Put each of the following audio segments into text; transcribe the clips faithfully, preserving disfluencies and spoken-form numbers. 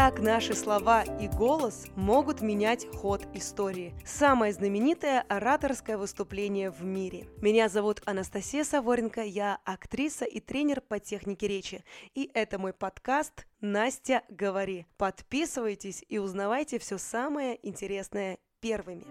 как наши слова и голос могут менять ход истории. Самое знаменитое ораторское выступление в мире. Меня зовут Анастасия Саворенко, я актриса и тренер по технике речи. И это мой подкаст «Настя, говори». Подписывайтесь и узнавайте все самое интересное первыми.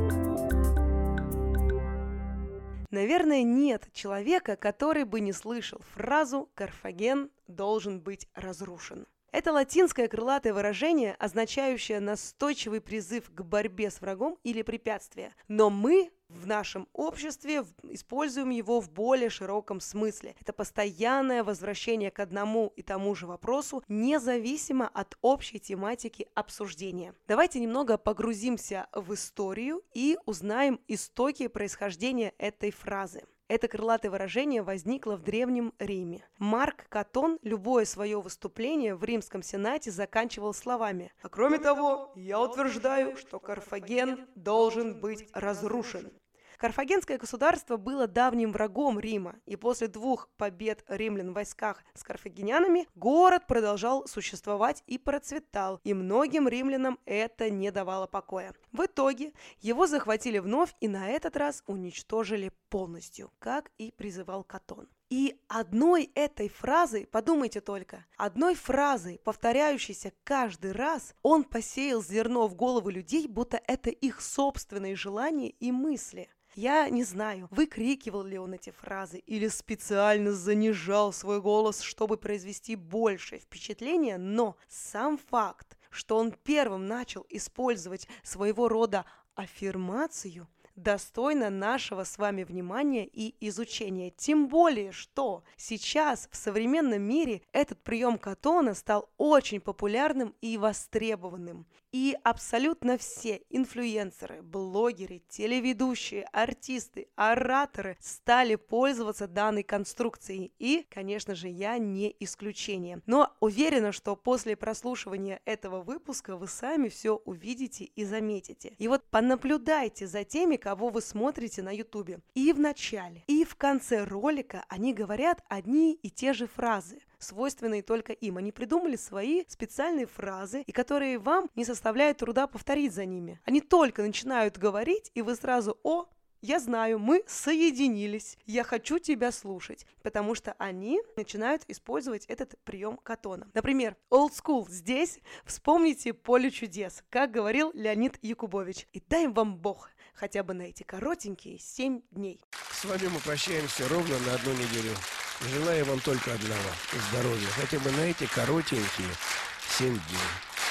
Наверное, нет человека, который бы не слышал фразу «Карфаген должен быть разрушен». Это латинское крылатое выражение, означающее настойчивый призыв к борьбе с врагом или препятствием. Но мы в нашем обществе используем его в более широком смысле. Это постоянное возвращение к одному и тому же вопросу, независимо от общей тематики обсуждения. Давайте немного погрузимся в историю и узнаем истоки происхождения этой фразы. Это крылатое выражение возникло в Древнем Риме. Марк Катон любое свое выступление в Римском Сенате заканчивал словами: «А кроме того, я утверждаю, что Карфаген должен быть разрушен». Карфагенское государство было давним врагом Рима, и после двух побед римлян в войсках с карфагенянами город продолжал существовать и процветал, и многим римлянам это не давало покоя. В итоге его захватили вновь и на этот раз уничтожили полностью, как и призывал Катон. И одной этой фразой, подумайте только, одной фразой, повторяющейся каждый раз, он посеял зерно в головы людей, будто это их собственные желания и мысли. Я не знаю, выкрикивал ли он эти фразы или специально занижал свой голос, чтобы произвести большее впечатление, но сам факт, что он первым начал использовать своего рода аффирмацию, достойно нашего с вами внимания и изучения. Тем более, что сейчас в современном мире этот прием Катона стал очень популярным и востребованным. И абсолютно все инфлюенсеры, блогеры, телеведущие, артисты, ораторы стали пользоваться данной конструкцией. И, конечно же, я не исключение. Но уверена, что после прослушивания этого выпуска вы сами все увидите и заметите. И вот понаблюдайте за теми, кого вы смотрите на ютубе. И в начале, и в конце ролика они говорят одни и те же фразы, свойственные только им. Они придумали свои специальные фразы, и которые вам не составляет труда повторить за ними. Они только начинают говорить, и вы сразу: «О, я знаю, мы соединились, я хочу тебя слушать», потому что они начинают использовать этот прием Катона. Например, old school здесь вспомните «Поле чудес», как говорил Леонид Якубович. И дай вам Бог хотя бы на эти коротенькие семь дней. С вами мы прощаемся ровно на одну неделю. Желаю вам только одного – здоровья, хотя бы на эти коротенькие семь дней.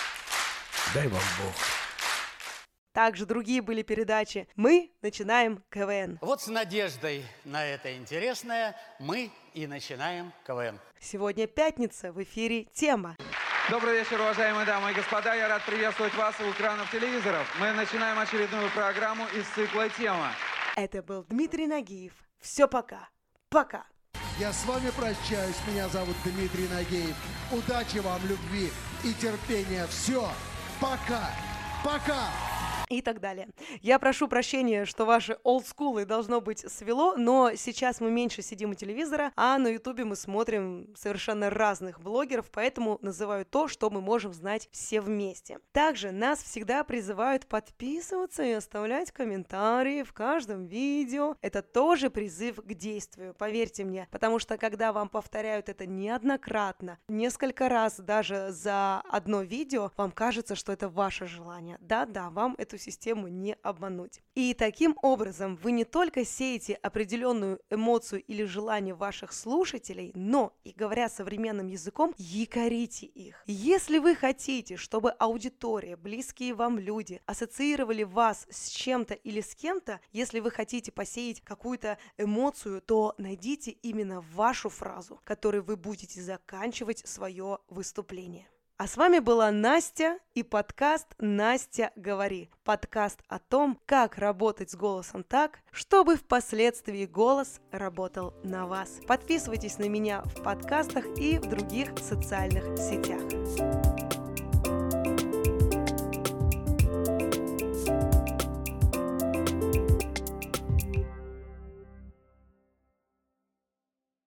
Дай вам Бог. Также другие были передачи. Мы начинаем КВН. Вот с надеждой на это интересное мы и начинаем КВН. Сегодня пятница, в эфире «Тема». Добрый вечер, уважаемые дамы и господа. Я рад приветствовать вас у экранов телевизоров. Мы начинаем очередную программу из цикла «Тема». Это был Дмитрий Нагиев. Все, пока. Пока. Я с вами прощаюсь. Меня зовут Дмитрий Нагиев. Удачи вам, любви и терпения. Все. Пока. Пока. И так далее. Я прошу прощения, что ваши олдскулы должно быть свело, но сейчас мы меньше сидим у телевизора, а на ютубе мы смотрим совершенно разных блогеров, поэтому называю то, что мы можем знать все вместе. Также нас всегда призывают подписываться и оставлять комментарии в каждом видео. Это тоже призыв к действию, поверьте мне, потому что когда вам повторяют это неоднократно, несколько раз даже за одно видео, вам кажется, что это ваше желание. Да-да, вам эту систему не обмануть. И таким образом вы не только сеете определенную эмоцию или желание ваших слушателей, но, и говоря современным языком, якорите их. Если вы хотите, чтобы аудитория, близкие вам люди ассоциировали вас с чем-то или с кем-то, если вы хотите посеять какую-то эмоцию, то найдите именно вашу фразу, которой вы будете заканчивать свое выступление. А с вами была Настя и подкаст «Настя, говори». Подкаст о том, как работать с голосом так, чтобы впоследствии голос работал на вас. Подписывайтесь на меня в подкастах и в других социальных сетях.